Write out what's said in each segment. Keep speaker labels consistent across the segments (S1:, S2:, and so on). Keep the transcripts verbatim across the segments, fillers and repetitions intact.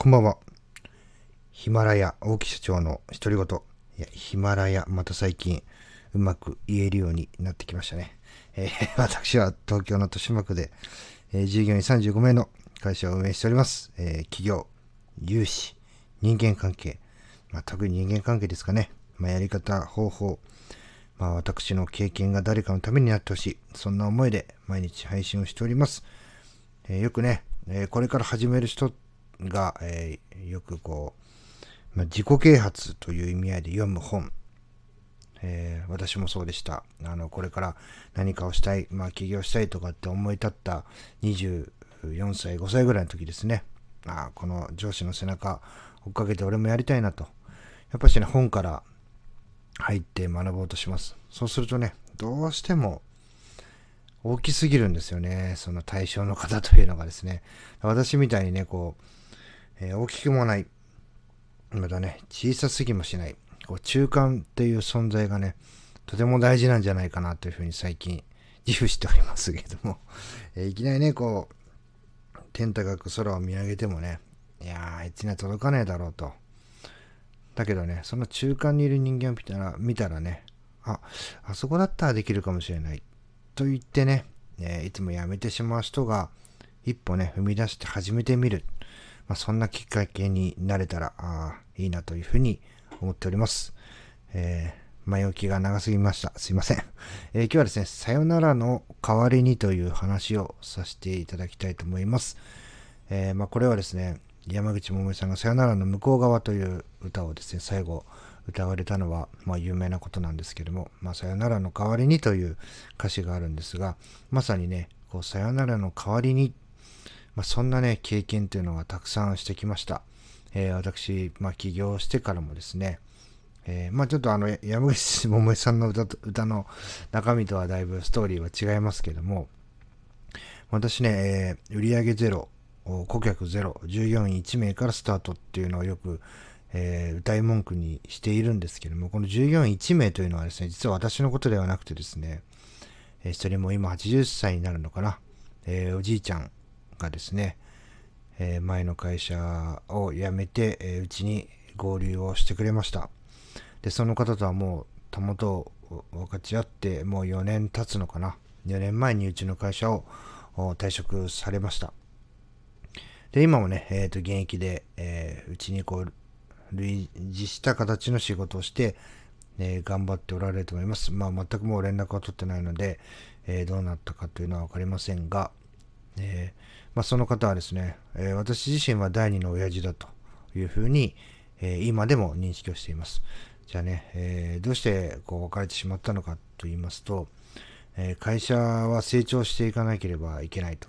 S1: こんばんは。ヒマラヤ大木社長の独り言。いや、ヒマラヤ、また最近うまく言えるようになってきましたね。えー私は東京の豊島区で、えー従業員さんじゅうごめいの会社を運営しております。えー企業、融資、人間関係、まあ、特に人間関係ですかね。まあ、やり方、方法、まあ、私の経験が誰かのためになってほしい。そんな思いで毎日配信をしております。えーよくね、えーこれから始める人が、えーよくこう、まあ、自己啓発という意味合いで読む本、えー私もそうでした。あのこれから何かをしたい、まあ、起業したいとかって思い立ったにじゅうよんさいごさいぐらいの時ですね。あこの上司の背中追っかけて俺もやりたいなと、やっぱしね、本から入って学ぼうとします。そうするとね、どうしても大きすぎるんですよね、その対象の方というのがですね。私みたいにね、こう、えー大きくもない、またね、小さすぎもしない、こう中間っていう存在がね、とても大事なんじゃないかなというふうに最近自負しておりますけれども、えーいきなりね、こう、天高く空を見上げてもね、いやー、あいつには届かねえだろうと。だけどね、その中間にいる人間を見たら、見たらね、あ、あそこだったらできるかもしれないと言ってね、えーいつもやめてしまう人が一歩ね、踏み出して始めてみる。まあ、そんなきっかけになれたらあいいなというふうに思っております。えー、前置きが長すぎました。すいません。えー今日はですね、さよならの代わりにという話をさせていただきたいと思います。えーまあ、これはですね、山口百恵さんがさよならの向こう側という歌をですね、最後歌われたのは、まあ、有名なことなんですけども、まあ、さよならの代わりにという歌詞があるんですが、まさにね、こうさよならの代わりに、まあ、そんなね、経験というのがたくさんしてきました。えー私、まあ、起業してからもですね、えーまあちょっとあの、山口百恵さんの歌と歌の中身とはだいぶストーリーは違いますけども、私ね、えー売上ゼロ、顧客ゼロ、従業員いちめいからスタートっていうのをよく、えー歌い文句にしているんですけども、この従業員いちめいというのはですね、実は私のことではなくてですね、えー、一人も今はちじゅっさいになるのかな、えーおじいちゃんがですね、えー前の会社を辞めて、えーうちに合流をしてくれました。で、その方とはもう、たもとを分かち合って、もうよねん経つのかな。よねんまえにうちの会社を退職されました。で、今もね、えっ、と、現役で、えーうちにこう、類似した形の仕事をして、えー頑張っておられると思います。まあ、全くもう連絡は取ってないので、えーどうなったかというのは分かりませんが、えーまあ、その方はですね、えー私自身は第二の親父だというふうに、えー今でも認識をしています。じゃあね、えーどうしてこう別れてしまったのかと言いますと、えー会社は成長していかなければいけないと。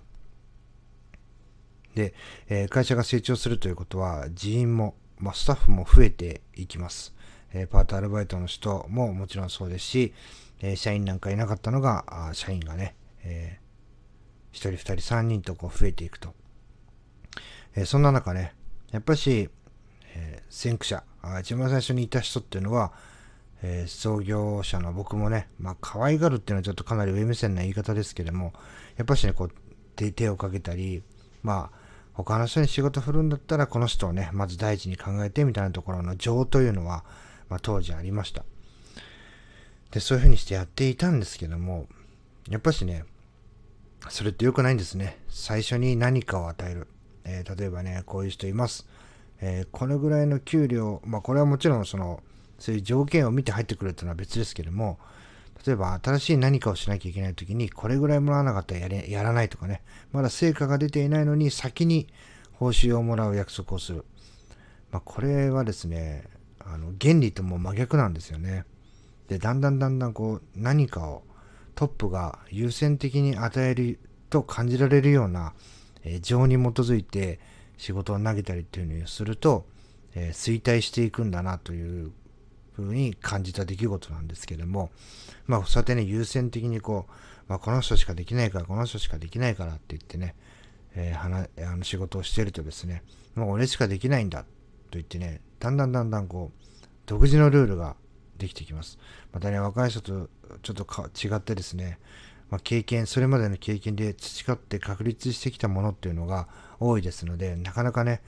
S1: で、えー会社が成長するということは人員も、まあ、スタッフも増えていきます。えーパートアルバイトの人ももちろんそうですし、えー社員なんかいなかったのが、あ社員がね、えーひとりふたりさんにんとこう増えていくと。えーそんな中ね、やっぱし、えー先駆者、あ一番最初にいた人っていうのは、えー創業者の僕もね、まあ可愛がるっていうのはちょっとかなり上目線な言い方ですけども、やっぱしね、こう手手をかけたり、まあ他の人に仕事振るんだったらこの人をね、まず第一に考えてみたいなところの情というのは、まあ、当時ありました。で、そういう風にしてやっていたんですけども、やっぱしね、それって良くないんですね。最初に何かを与える。えー例えばね、こういう人います。えーこのぐらいの給料、まあこれはもちろんその、そういう条件を見て入ってくるっていうのは別ですけども、例えば新しい何かをしなきゃいけないときに、これぐらいもらわなかったらやれやらないとかね、まだ成果が出ていないのに先に報酬をもらう約束をする。まあこれはですね、あの原理とも真逆なんですよね。で、だんだんだんだんこう何かをトップが優先的に与えると感じられるような、えー情に基づいて仕事を投げたりっていうのをすると、えー衰退していくんだなというふうに感じた出来事なんですけども、まあ、そうやってね、優先的にこう、まあ、この人しかできないから、この人しかできないからって言ってね、えー、話あの仕事をしているとですね、もう俺しかできないんだと言ってね、だんだんだんだんこう、独自のルールができてきます。またね、若い人とちょっとか違ってですね、まあ、経験、それまでの経験で培って確立してきたものっていうのが多いですので、なかなかね、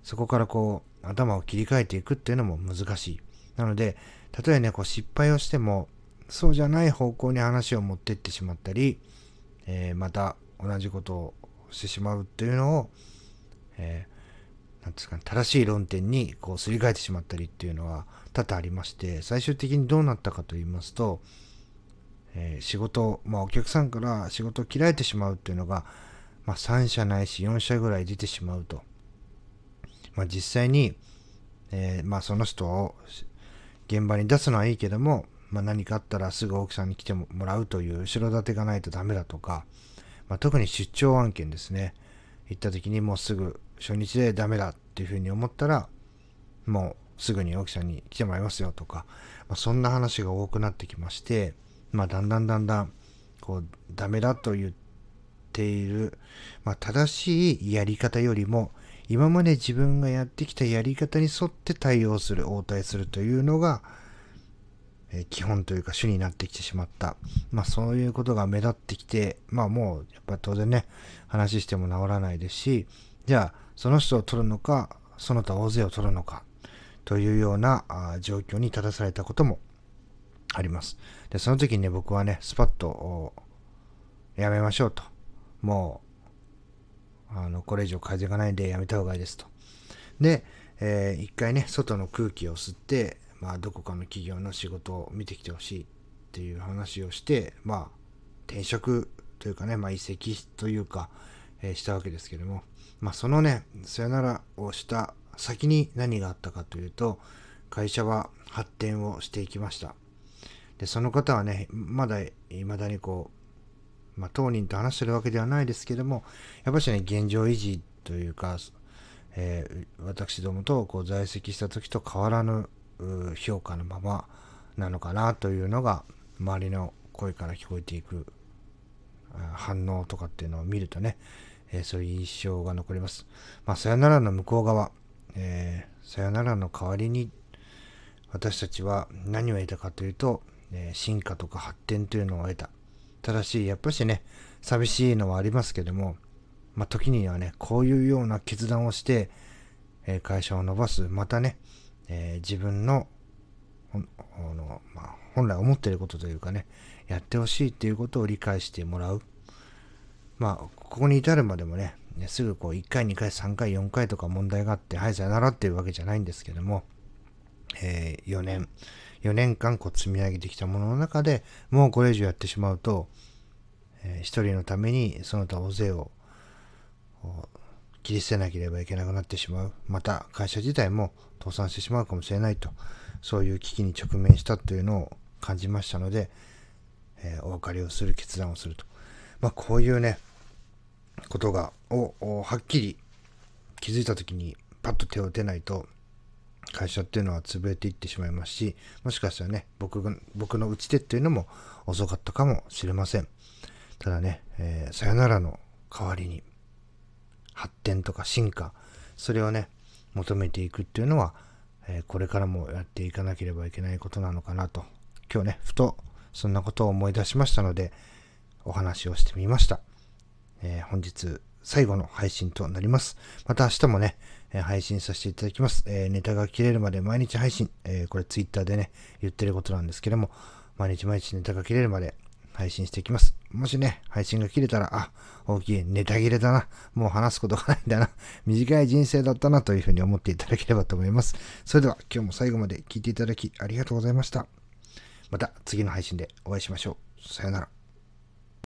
S1: そこからこう頭を切り替えていくっていうのも難しい。なので、たとえね、こう失敗をしても、そうじゃない方向に話を持っていってしまったり、えー、また同じことをしてしまうっていうのを、えー、なんですかね、正しい論点にこうすり替えてしまったりっていうのは多々ありまして、最終的にどうなったかと言いますと、えー、仕事、まあお客さんから仕事を切られてしまうっていうのが、まあさん社ないしよん社ぐらい出てしまうと。まあ実際に、えー、まあその人を現場に出すのはいいけども、まあ何かあったらすぐ奥さんに来てもらうという後ろ盾がないとダメだとか、まあ、特に出張案件ですね。行った時にもうすぐ初日でダメだっていうふうに思ったら、もうすぐに奥さんに来てもらいますよとか、まあ、そんな話が多くなってきまして、まあだんだんだんだんこうダメだと言っている、まあ正しいやり方よりも今まで自分がやってきたやり方に沿って対応する、応対するというのが、えー、基本というか主になってきてしまった。まあそういうことが目立ってきて、まあもうやっぱ当然ね、話しても治らないですし、じゃあその人を取るのか、その他大勢を取るのかというようなあ状況に立たされたこともあります。で、その時にね、僕はね、スパッとやめましょうと。もう、あの、これ以上改善がないんでやめた方がいいですと。で、えー、一回ね、外の空気を吸って、まあ、どこかの企業の仕事を見てきてほしいっていう話をして、まあ、転職というかね、まあ、移籍というか、えー、したわけですけども、まあ、そのね、さよならをした先に何があったかというと、会社は発展をしていきました。で、その方はね、まだ、未だにこう、まあ、当人と話してるわけではないですけども、やっぱしね、現状維持というか、えー、私どもとこう在籍した時と変わらぬ評価のままなのかなというのが、周りの声から聞こえていく反応とかっていうのを見るとね、えー、そういう印象が残ります。まあ、さよならの向こう側、えー、さよならの代わりに私たちは何を得たかというと、えー、進化とか発展というのを得た。ただし、やっぱしね、寂しいのはありますけども、まあ、時にはね、こういうような決断をして、えー、会社を伸ばす、またね、えー、自分の、のまあ、本来思っていることというかね、やってほしいっていうことを理解してもらう。まあ、ここに至るまでもね、すぐこういっかい、にかい、さんかい、よんかいとか問題があって、はい、さよならっていうわけじゃないんですけども、えー、よねん、よねんかんこう積み上げてきたものの中でもうこれ以上やってしまうと、えー、一人のためにその他大勢を切り捨てなければいけなくなってしまう。また会社自体も倒産してしまうかもしれないと、そういう危機に直面したというのを感じましたので、えー、お別れをする決断をすると。まあこういうね、ことが、をはっきり気づいたときにパッと手を打てないと、会社っていうのは潰れていってしまいますし、もしかしたらね、僕が、僕の打ち手っていうのも遅かったかもしれません。ただね、えー、さよならの代わりに、発展とか進化、それをね、求めていくっていうのは、えー、これからもやっていかなければいけないことなのかなと、今日ね、ふとそんなことを思い出しましたので、お話をしてみました。えー、本日最後の配信となります。また明日もね、えー、配信させていただきます。えー、ネタが切れるまで毎日配信、えー、これツイッターでね、言ってることなんですけども、毎日毎日ネタが切れるまで配信していきます。もしね、配信が切れたら、あ、大きいネタ切れだな。もう話すことがないんだな。短い人生だったなというふうに思っていただければと思います。それでは今日も最後まで聞いていただきありがとうございました。また次の配信でお会いしましょう。さよなら。